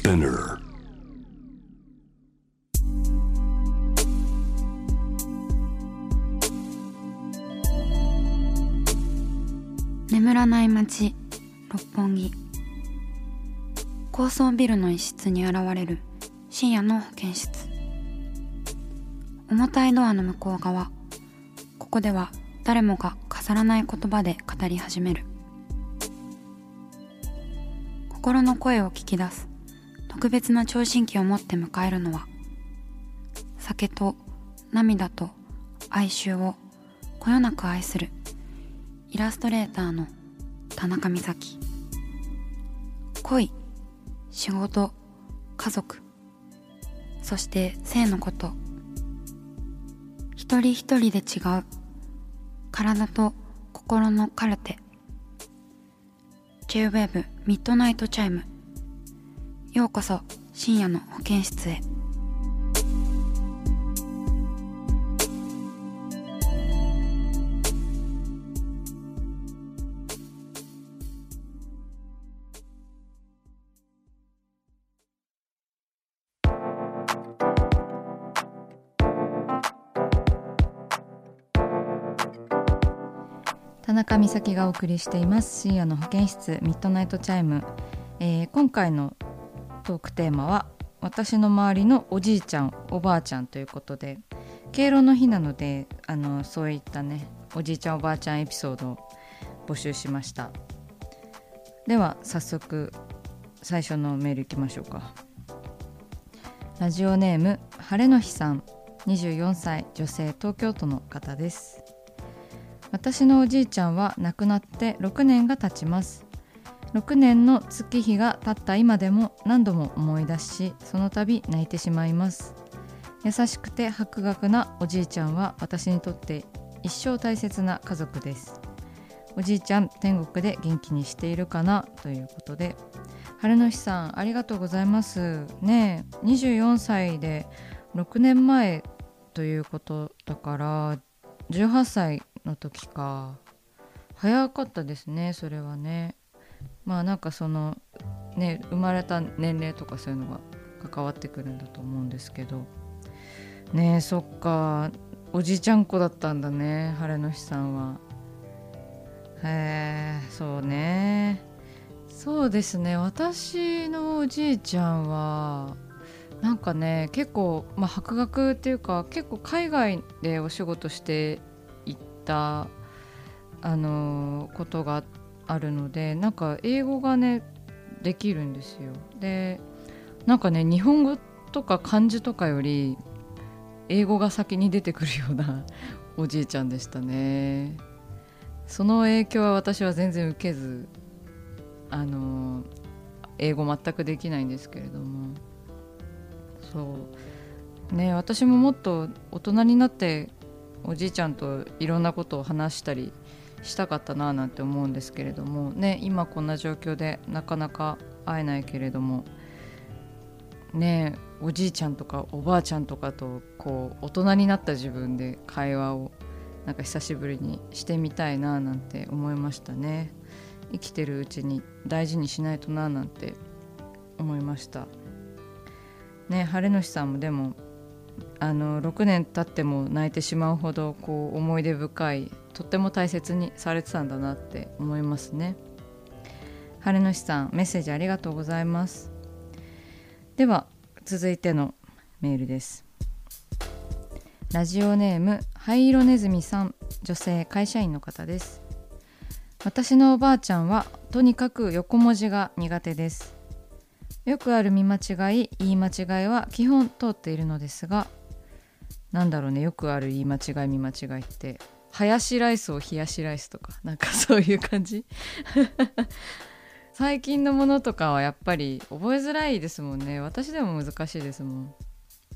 Spinner. 眠らない街六本木。高層ビルの一室に現れる深夜の保健室。重たいドアの向こう側、ここでは誰もが飾らない言葉で語り始める。心の声を聞き出す特別な聴診器を持って迎えるのは、酒と涙と哀愁をこよなく愛するイラストレーターの田中美咲。恋、仕事、家族、そして性のこと、一人一人で違う体と心のカルテ。 J-WAVE ミッドナイトチャイム。ようこそ深夜の保健室へ。 田中美咲がお送りしています深夜の保健室ミッドナイトチャイム。今回のトークテーマは私の周りのおじいちゃんおばあちゃんということで、敬老の日なのでそういったねおじいちゃんおばあちゃんエピソードを募集しました。では早速最初のメールいきましょうか。ラジオネーム晴れの日さん、24歳女性、東京都の方です。私のおじいちゃんは亡くなって6年が経ちます。6年の月日が経った今でも何度も思い出し、その度泣いてしまいます。優しくて博学なおじいちゃんは私にとって一生大切な家族です。おじいちゃん天国で元気にしているかなということで、晴れの日さんありがとうございますね。24歳で6年前ということだから18歳の時か。早かったですね、それはね。まあなんかそのね、生まれた年齢とかそういうのが関わってくるんだと思うんですけどね。そっか、おじいちゃん子だったんだね、晴れの日さんは。そうね。そうですね、私のおじいちゃんはなんかね結構、博学っていうか結構海外でお仕事していったことがあるので、なんか英語がねできるんですよ。でなんかね日本語とか漢字とかより英語が先に出てくるようなおじいちゃんでしたね。その影響は私は全然受けず、英語全くできないんですけれども、そうね、私ももっと大人になっておじいちゃんといろんなことを話したりしたかったななんて思うんですけれどもね、今こんな状況でなかなか会えないけれどもね、おじいちゃんとかおばあちゃんとかとこう大人になった自分で会話をなんか久しぶりにしてみたいななんて思いましたね。生きてるうちに大事にしないとななんて思いましたね。晴れの日さんもでも6年経っても泣いてしまうほどこう思い出深い、とっても大切にされてたんだなって思いますね。晴れの日さんメッセージありがとうございます。では続いてのメールです。ラジオネーム灰色ネズミさん、女性、会社員の方です。私のおばあちゃんはとにかく横文字が苦手です。よくある見間違い、言い間違いは基本通っているのですが、なんだろうね、よくある言い間違い見間違いってハヤシライスを冷やしライスとかなんかそういう感じ最近のものとかはやっぱり覚えづらいですもんね。私でも難しいですもん。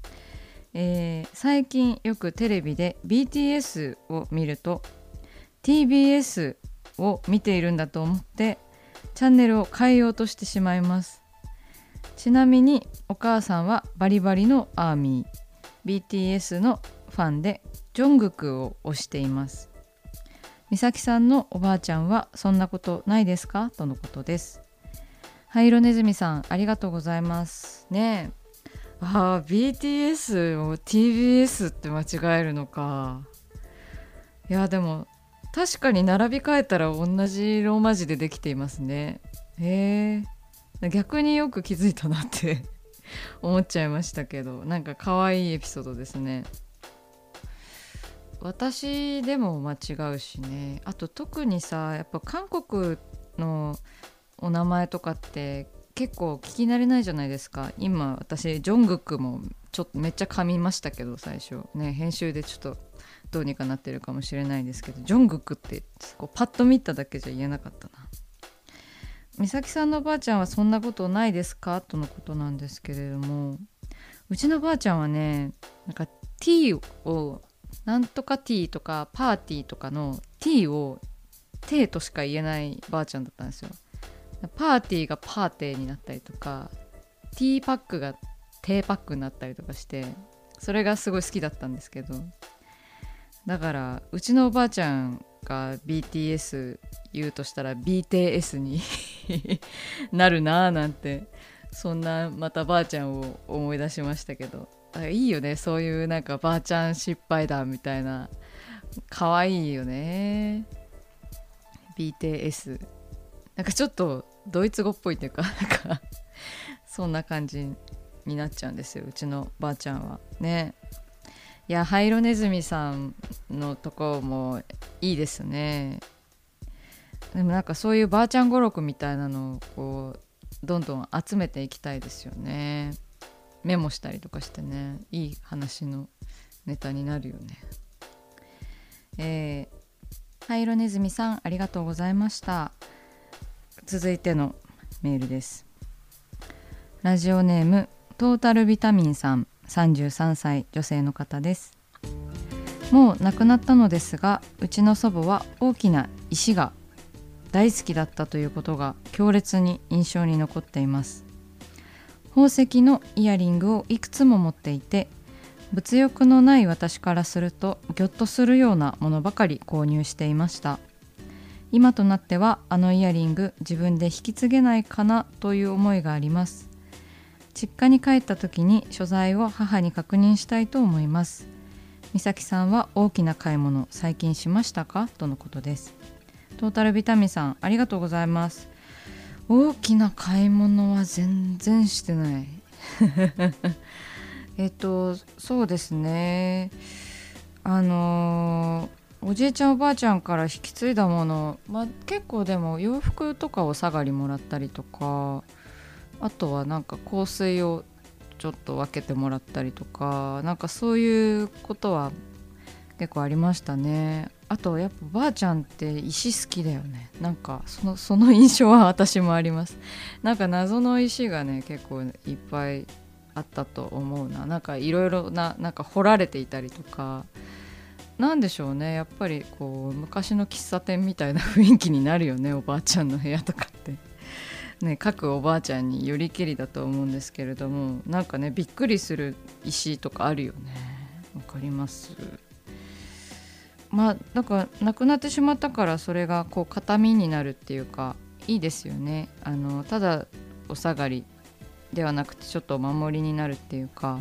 最近よくテレビで BTS を見ると TBS を見ているんだと思ってチャンネルを変えようとしてしまいます。ちなみにお母さんはバリバリのアーミー BTS のファンでジョングクを推しています。美咲さんのおばあちゃんはそんなことないですかとのことです。 灰色ネズミさん、ありがとうございますね。BTS を TBS って間違えるのか。いやでも確かに並び替えたら同じローマ字でできていますね。逆によく気づいたなって思っちゃいましたけど、なんか可愛いエピソードですね。私でも間違うしね。あと特にさ、やっぱ韓国のお名前とかって結構聞き慣れないじゃないですか。今私ジョングクもちょっとめっちゃ噛みましたけど、最初ね、編集でちょっとどうにかなってるかもしれないですけど、ジョングクってこうパッと見ただけじゃ言えなかったな。美咲さんのばあちゃんはそんなことないですかとのことなんですけれども、うちのばあちゃんはね、なんか T をなんとか T とかパーティーとかの T をテとしか言えないばあちゃんだったんですよ。パーティーがパーテーになったりとか、ティーパックがテーパックになったりとかして、それがすごい好きだったんですけど、だからうちのおばあちゃんが BTS 言うとしたら BTS になるなーなんて、そんなまたばあちゃんを思い出しましたけど、いいよね、そういうなんかばあちゃん失敗談みたいな、かわいいよね。 BTS なんかちょっとドイツ語っぽいっていうか、なんかそんな感じになっちゃうんですよ、うちのばあちゃんはね。いや、ハイロネズミさんのとこもいいですね。でもなんかそういうばあちゃん語録みたいなのをこうどんどん集めていきたいですよね。メモしたりとかしてね、いい話のネタになるよね。ハイロネズミさん、ありがとうございました。続いてのメールです。ラジオネームトータルビタミンさん、33歳女性の方です。もう亡くなったのですが、うちの祖母は大きな石が大好きだったということが強烈に印象に残っています。宝石のイヤリングをいくつも持っていて、物欲のない私からするとギョッとするようなものばかり購入していました。今となってはあのイヤリング自分で引き継げないかなという思いがあります。実家に帰った時に所在を母に確認したいと思います。美咲さんは大きな買い物最近しましたかとのことです。トータルビタミンさん、ありがとうございます。大きな買い物は全然してないそうですね、おじいちゃんおばあちゃんから引き継いだもの、結構でも洋服とかを下がりもらったりとか、あとはなんか香水をちょっと分けてもらったりとか、なんかそういうことは結構ありましたね。あとやっぱばあちゃんって石好きだよね。なんかその印象は私もあります。なんか謎の石がね結構いっぱいあったと思うな。なんかいろいろな、なんか掘られていたりとか、なんでしょうね、やっぱりこう昔の喫茶店みたいな雰囲気になるよね、おばあちゃんの部屋とかってね、各おばあちゃんによりけりだと思うんですけれども、なんかねびっくりする石とかあるよね。わかります。だから亡くなってしまったから、それがこう形見になるっていうかいいですよね。ただお下がりではなくてちょっとお守りになるっていうか、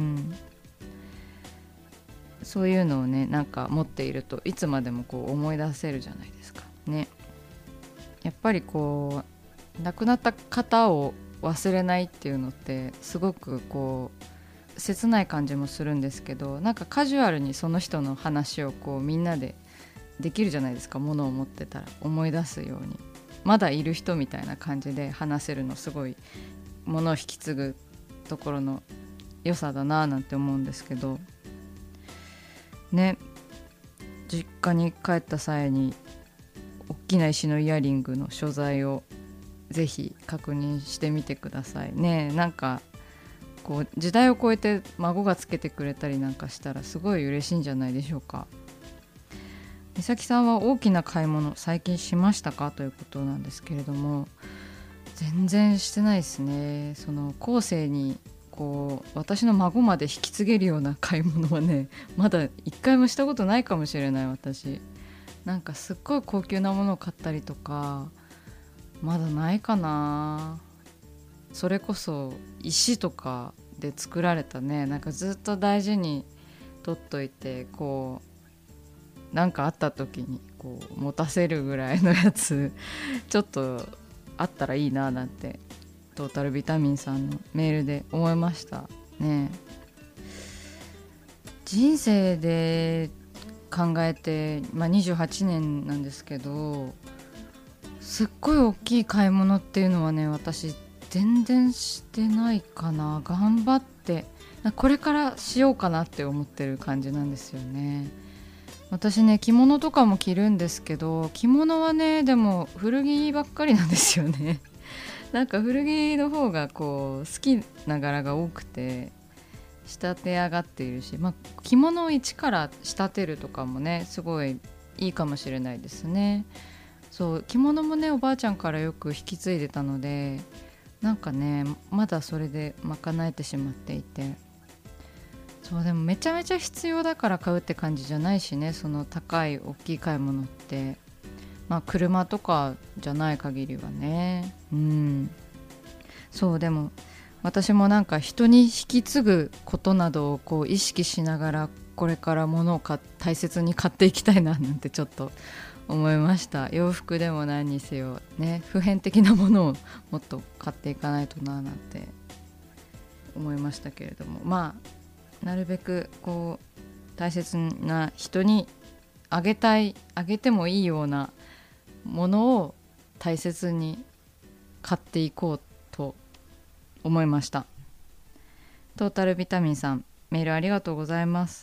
そういうのをねなんか持っているといつまでもこう思い出せるじゃないですかね。やっぱりこう亡くなった方を忘れないっていうのってすごくこう切ない感じもするんですけど、なんかカジュアルにその人の話をこうみんなでできるじゃないですか。物を持ってたら思い出すように、まだいる人みたいな感じで話せるの、すごい物を引き継ぐところの良さだななんて思うんですけどね。実家に帰った際に大きな石のイヤリングの所在をぜひ確認してみてくださいね。なんかこう時代を超えて孫がつけてくれたりなんかしたらすごい嬉しいんじゃないでしょうか。美咲さんは大きな買い物最近しましたかということなんですけれども、全然してないですね。その後世にこう私の孫まで引き継げるような買い物はねまだ一回もしたことないかもしれない。私なんかすっごい高級なものを買ったりとかまだないかな。 それこそ石とかで作られたね、なんかずっと大事に取っといて、こうなんかあった時にこう持たせるぐらいのやつちょっとあったらいいななんてトータルビタミンさんのメールで思いましたね。人生で考えて、28年なんですけど、すっごい大きい買い物っていうのはね、私全然してないかな。頑張ってこれからしようかなって思ってる感じなんですよね。私ね、着物とかも着るんですけど、着物はねでも古着ばっかりなんですよねなんか古着の方がこう好きな柄が多くて仕立て上がっているし、着物を一から仕立てるとかもねすごいいいかもしれないですね。そう、着物もねおばあちゃんからよく引き継いでたので、なんかねまだそれで賄えてしまっていて、そうでもめちゃめちゃ必要だから買うって感じじゃないしね、その高い大きい買い物って、車とかじゃない限りはね。そう、でも私もなんか人に引き継ぐことなどをこう意識しながら、これから物を大切に買っていきたいななんてちょっと思いました。洋服でも何にせよね、普遍的なものをもっと買っていかないとななんて思いましたけれども、なるべくこう大切な人にあげてもいいようなものを大切に買っていこうと思いました。トータルビタミンさん、メールありがとうございます。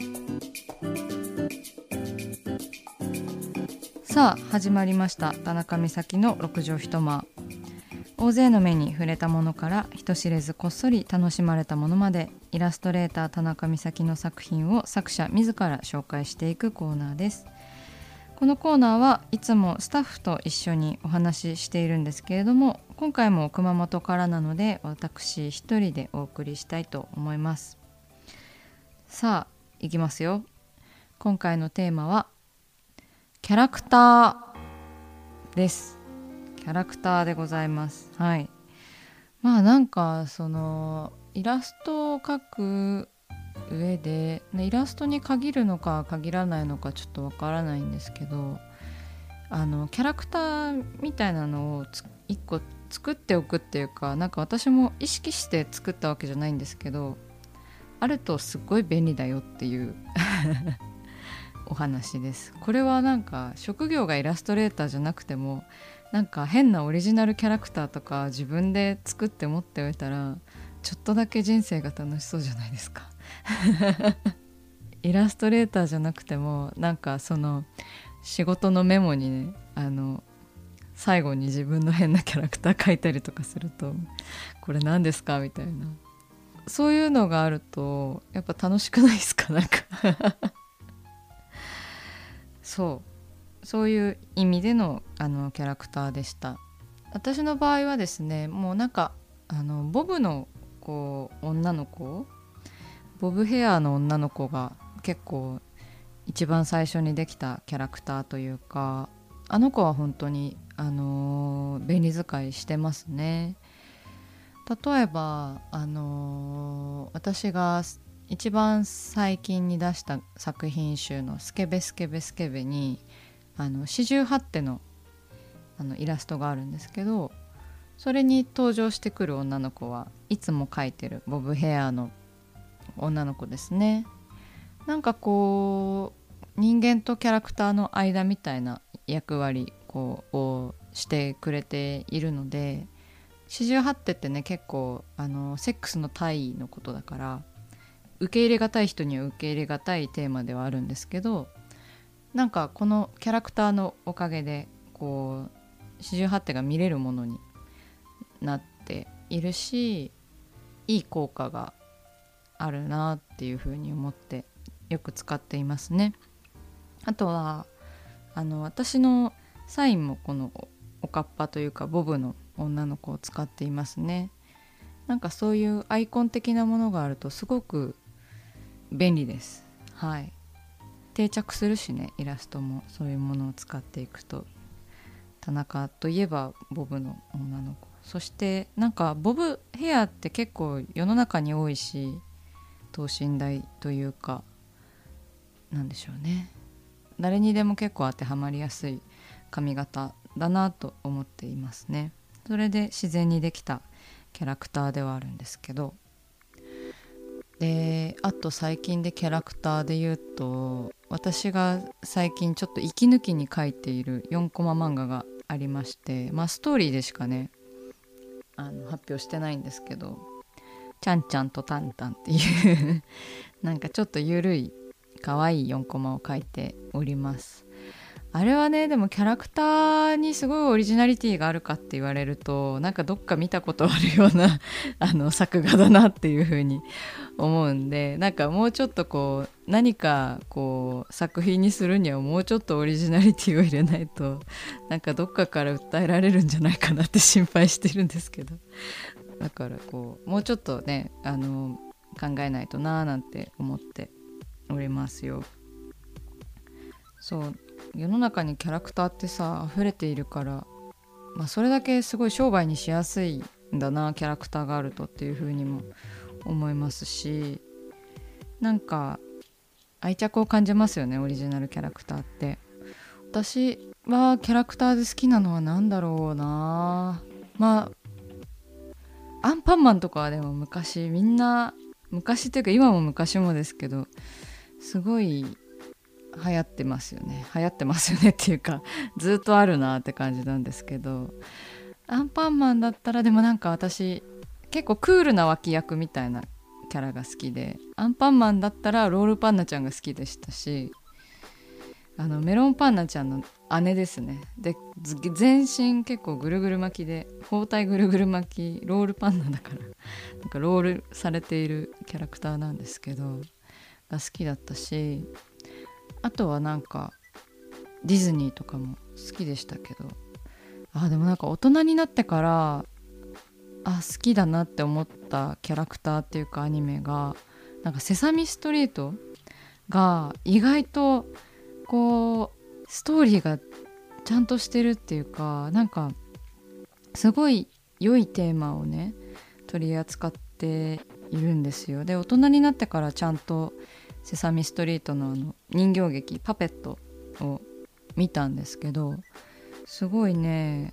さあ始まりました、田中美咲の六畳一間。大勢の目に触れたものから人知れずこっそり楽しまれたものまで、イラストレーター田中美咲の作品を作者自ら紹介していくコーナーです。このコーナーはいつもスタッフと一緒にお話ししているんですけれども、今回も熊本からなので私一人でお送りしたいと思います。さあいきますよ。今回のテーマはキャラクターです。キャラクターでございます。はい。なんかそのイラストを描く上で、イラストに限るのか限らないのかちょっとわからないんですけど、キャラクターみたいなのを一個作っておくっていうか、なんか私も意識して作ったわけじゃないんですけど、あるとすっごい便利だよっていうお話です。これはなんか職業がイラストレーターじゃなくても、なんか変なオリジナルキャラクターとか自分で作って持っておいたらちょっとだけ人生が楽しそうじゃないですかイラストレーターじゃなくても、なんかその仕事のメモにね、最後に自分の変なキャラクター書いたりとかすると、これ何ですかみたいな、そういうのがあるとやっぱ楽しくないですか？なんかそういう意味でのキャラクターでした。私の場合はですね、もうなんかボブの女の子、ボブヘアの女の子が結構一番最初にできたキャラクターというか、あの子は本当に便利使いしてますね。例えば私が一番最近に出した作品集のスケベスケベスケベに四十八手のイラストがあるんですけど、それに登場してくる女の子はいつも描いてるボブヘアの女の子ですね。なんかこう人間とキャラクターの間みたいな役割をしてくれているので、四十八手ってね結構セックスの体位のことだから、受け入れがたい人には受け入れがたいテーマではあるんですけど、なんかこのキャラクターのおかげで四十八手が見れるものになっているし、いい効果があるなっていうふうに思ってよく使っていますね。あとは私のサインもこのおかっぱというかボブの女の子を使っていますね。なんかそういうアイコン的なものがあるとすごく便利です。はい。定着するしね、イラストもそういうものを使っていくと。田中といえばボブの女の子、 そしてなんかボブヘアって結構世の中に多いし、等身大というかなんでしょうね、誰にでも結構当てはまりやすい髪型だなと思っていますね。それで自然にできたキャラクターではあるんですけど、であと最近でキャラクターで言うと、私が最近ちょっと息抜きに書いている4コマ漫画がありまして、ストーリーでしかね発表してないんですけど、ちゃんちゃんとタンタンっていうなんかちょっとゆるい可愛い4コマを書いております。あれはね、でもキャラクターにすごいオリジナリティがあるかって言われると、なんかどっか見たことあるような作画だなっていう風に思うんで、なんかもうちょっとこう何かこう作品にするにはもうちょっとオリジナリティを入れないと、なんかどっかから訴えられるんじゃないかなって心配してるんですけど、だからこうもうちょっとね考えないとなーなんて思っておりますよ。そう、世の中にキャラクターってさ溢れているから、それだけすごい商売にしやすいんだな、キャラクターがあるとっていう風にも思いますし、なんか愛着を感じますよね、オリジナルキャラクターって。私はキャラクターで好きなのは何だろうな、アンパンマンとかはでも昔みんな、昔っていうか今も昔もですけど、すごい流行ってますよねっていうかずっとあるなって感じなんですけど、アンパンマンだったらでもなんか私結構クールな脇役みたいなキャラが好きで、アンパンマンだったらロールパンナちゃんが好きでしたし、メロンパンナちゃんの姉ですね。で全身結構ぐるぐる巻きで、包帯ぐるぐる巻き、ロールパンナだからなんかロールされているキャラクターなんですけどが好きだったし、あとはなんかディズニーとかも好きでしたけど、でもなんか大人になってから好きだなって思ったキャラクターっていうかアニメが、なんかセサミストリートが意外とこうストーリーがちゃんとしてるっていうか、なんかすごい良いテーマをね取り扱っているんですよ。で大人になってからちゃんとセサミストリートの人形劇パペットを見たんですけど、すごいね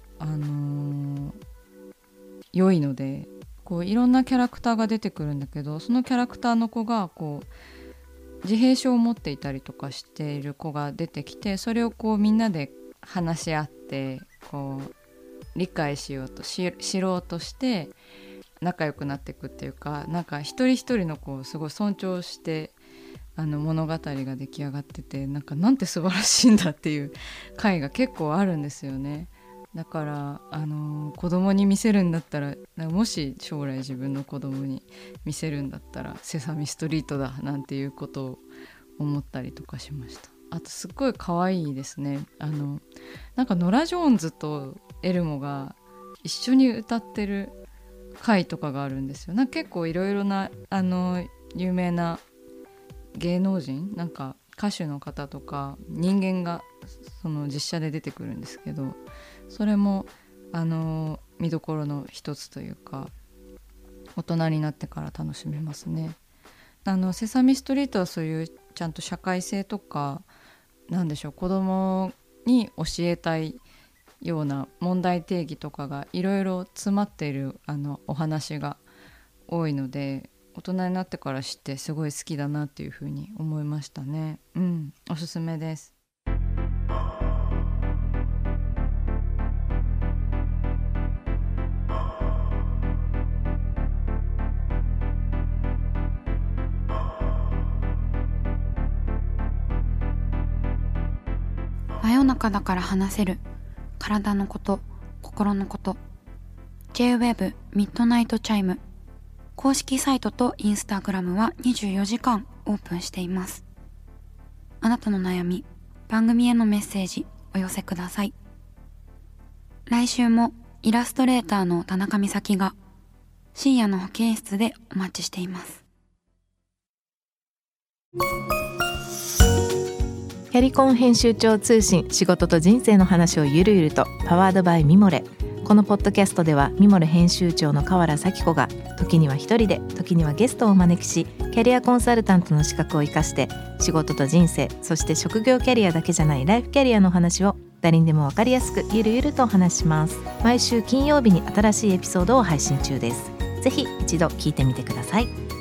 良いので、こういろんなキャラクターが出てくるんだけど、そのキャラクターの子がこう自閉症を持っていたりとかしている子が出てきて、それをこうみんなで話し合ってこう理解しようと知ろうとして仲良くなっていくっていうか、なんか一人一人のこうすごい尊重して物語が出来上がってて、なんて素晴らしいんだっていう回が結構あるんですよね。だから子供に見せるんだったら、もし将来自分の子供に見せるんだったらセサミストリートだなんていうことを思ったりとかしました。あとすっごい可愛いですね。なんかノラ・ジョーンズとエルモが一緒に歌ってる回とかがあるんですよ。なんか結構いろいろな有名な芸能人、なんか歌手の方とか人間がその実写で出てくるんですけど、それも見どころの一つというか、大人になってから楽しめますね。セサミストリートはそういうちゃんと社会性とか、なんでしょう、子供に教えたいような問題定義とかがいろいろ詰まっているお話が多いので、大人になってから知ってすごい好きだなっていうふうに思いましたね。おすすめです。 真夜中だから話せる体のこと、心のこと。 J-WAVE ミッドナイトチャイム公式サイトとインスタグラムは24時間オープンしています。あなたの悩み、番組へのメッセージお寄せください。来週もイラストレーターの田中美咲が深夜の保健室でお待ちしています。 キャリコン編集長通信、仕事と人生の話をゆるゆると、パワードバイミモレ。 このポッドキャストではミモレ編集長の河原咲子が時には一人で時にはゲストをお招きし、キャリアコンサルタントの資格を生かして仕事と人生、そして職業キャリアだけじゃないライフキャリアの話を誰にでも分かりやすくゆるゆるとお話します。毎週金曜日に新しいエピソードを配信中です。ぜひ一度聞いてみてください。